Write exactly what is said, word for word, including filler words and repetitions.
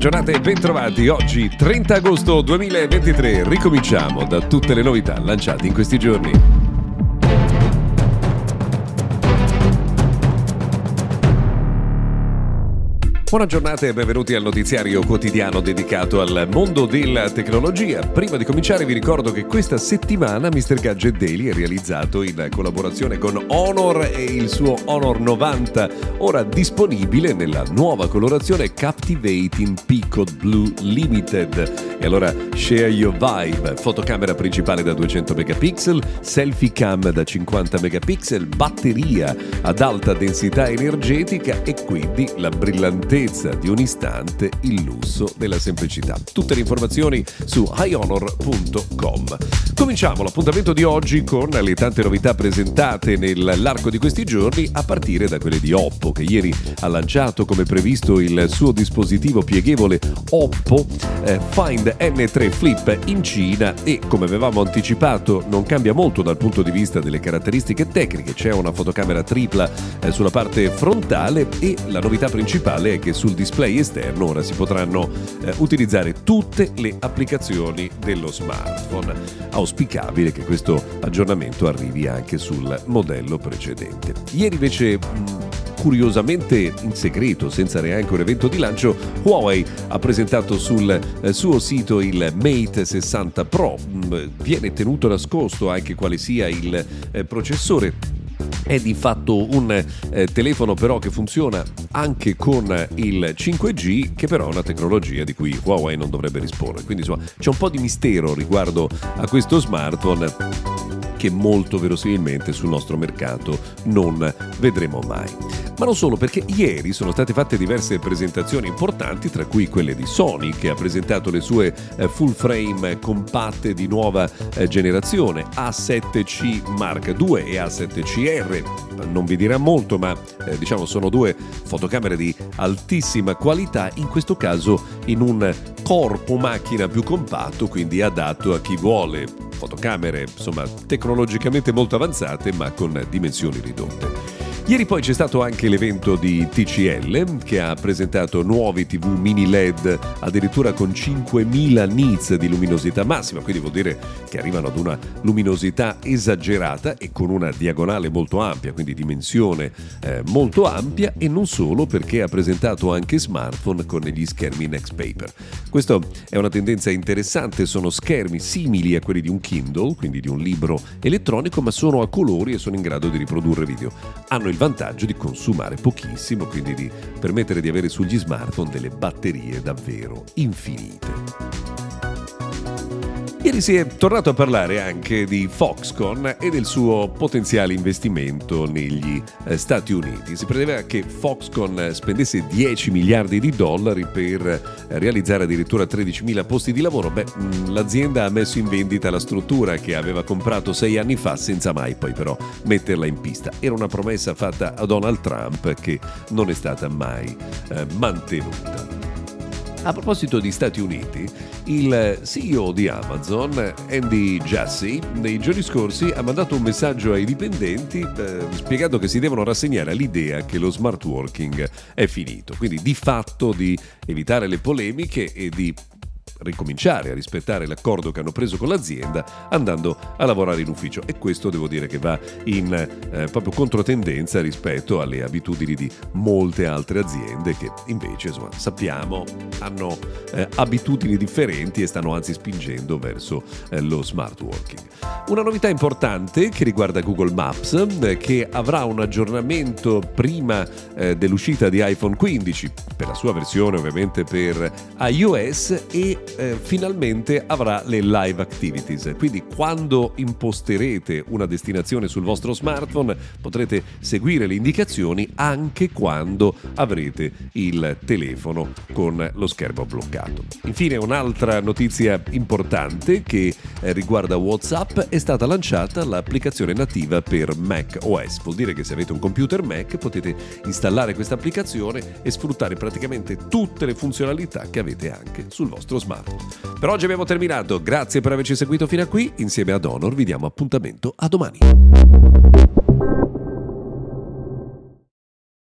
giornata e bentrovati. Oggi trenta agosto duemilaventitré. Ricominciamo da tutte le novità lanciate in questi giorni. Buona giornata e benvenuti al notiziario quotidiano dedicato al mondo della tecnologia. Prima di cominciare vi ricordo che questa settimana mister Gadget Daily è realizzato in collaborazione con Honor e il suo Honor novanta, ora disponibile nella nuova colorazione Captivating Peacock Blue Limited. E allora share your vibe, fotocamera principale da duecento megapixel, selfie cam da cinquanta megapixel, batteria ad alta densità energetica e quindi la brillantezza di un istante, il lusso della semplicità. Tutte le informazioni su high honor punto com. Cominciamo l'appuntamento di oggi con le tante novità presentate nell'arco di questi giorni, a partire da quelle di Oppo, che ieri ha lanciato come previsto il suo dispositivo pieghevole Oppo eh, Find N tre Flip in Cina e, come avevamo anticipato, non cambia molto dal punto di vista delle caratteristiche tecniche. C'è una fotocamera tripla eh, sulla parte frontale e la novità principale è che sul display esterno ora si potranno eh, utilizzare tutte le applicazioni dello smartphone. Auspicabile che questo aggiornamento arrivi anche sul modello precedente. Ieri invece mh, curiosamente in segreto, senza neanche un evento di lancio, Huawei ha presentato sul eh, suo sito il Mate sessanta Pro. Mh, viene tenuto nascosto anche quale sia il eh, processore. È di fatto un eh, telefono però che funziona anche con il cinque G, che però è una tecnologia di cui Huawei non dovrebbe disporre. Quindi insomma c'è un po' di mistero riguardo a questo smartphone che molto verosimilmente sul nostro mercato non vedremo mai. Ma non solo, perché ieri sono state fatte diverse presentazioni importanti, tra cui quelle di Sony, che ha presentato le sue eh, full frame compatte di nuova eh, generazione A sette C Mark due e A sette C R. Non vi dirà molto, ma eh, diciamo sono due fotocamere di altissima qualità, in questo caso in un corpo macchina più compatto, quindi adatto a chi vuole fotocamere insomma tecnologicamente molto avanzate ma con dimensioni ridotte. Ieri poi c'è stato anche l'evento di T C L, che ha presentato nuovi tivù mini L E D addirittura con cinquemila nits di luminosità massima, quindi vuol dire che arrivano ad una luminosità esagerata e con una diagonale molto ampia, quindi dimensione eh, molto ampia, e non solo, perché ha presentato anche smartphone con gli schermi Next Paper. Questa è una tendenza interessante, sono schermi simili a quelli di un Kindle, quindi di un libro elettronico, ma sono a colori e sono in grado di riprodurre video. Hanno il vantaggio di consumare pochissimo, quindi di permettere di avere sugli smartphone delle batterie davvero infinite. Ieri si è tornato a parlare anche di Foxconn e del suo potenziale investimento negli eh, Stati Uniti. Si prevedeva che Foxconn spendesse dieci miliardi di dollari per eh, realizzare addirittura tredicimila posti di lavoro. Beh, mh, l'azienda ha messo in vendita la struttura che aveva comprato sei anni fa senza mai poi però metterla in pista. Era una promessa fatta a Donald Trump che non è stata mai eh, mantenuta. A proposito di Stati Uniti, il C E O di Amazon, Andy Jassy, nei giorni scorsi ha mandato un messaggio ai dipendenti eh, spiegando che si devono rassegnare all'idea che lo smart working è finito, quindi di fatto di evitare le polemiche e di ricominciare a rispettare l'accordo che hanno preso con l'azienda andando a lavorare in ufficio, e questo devo dire che va in eh, proprio controtendenza rispetto alle abitudini di molte altre aziende che invece insomma sappiamo hanno eh, abitudini differenti e stanno anzi spingendo verso eh, lo smart working. Una novità importante che riguarda Google Maps, eh, che avrà un aggiornamento prima eh, dell'uscita di iPhone quindici per la sua versione ovviamente per iOS, e Eh, finalmente avrà le live activities, quindi quando imposterete una destinazione sul vostro smartphone potrete seguire le indicazioni anche quando avrete il telefono con lo schermo bloccato. Infine un'altra notizia importante che eh, riguarda WhatsApp: è stata lanciata l'applicazione nativa per macOS. Vuol dire che se avete un computer Mac potete installare questa applicazione e sfruttare praticamente tutte le funzionalità che avete anche sul vostro smartphone. Per oggi abbiamo terminato, grazie per averci seguito fino a qui. Insieme ad Honor vi diamo appuntamento a domani.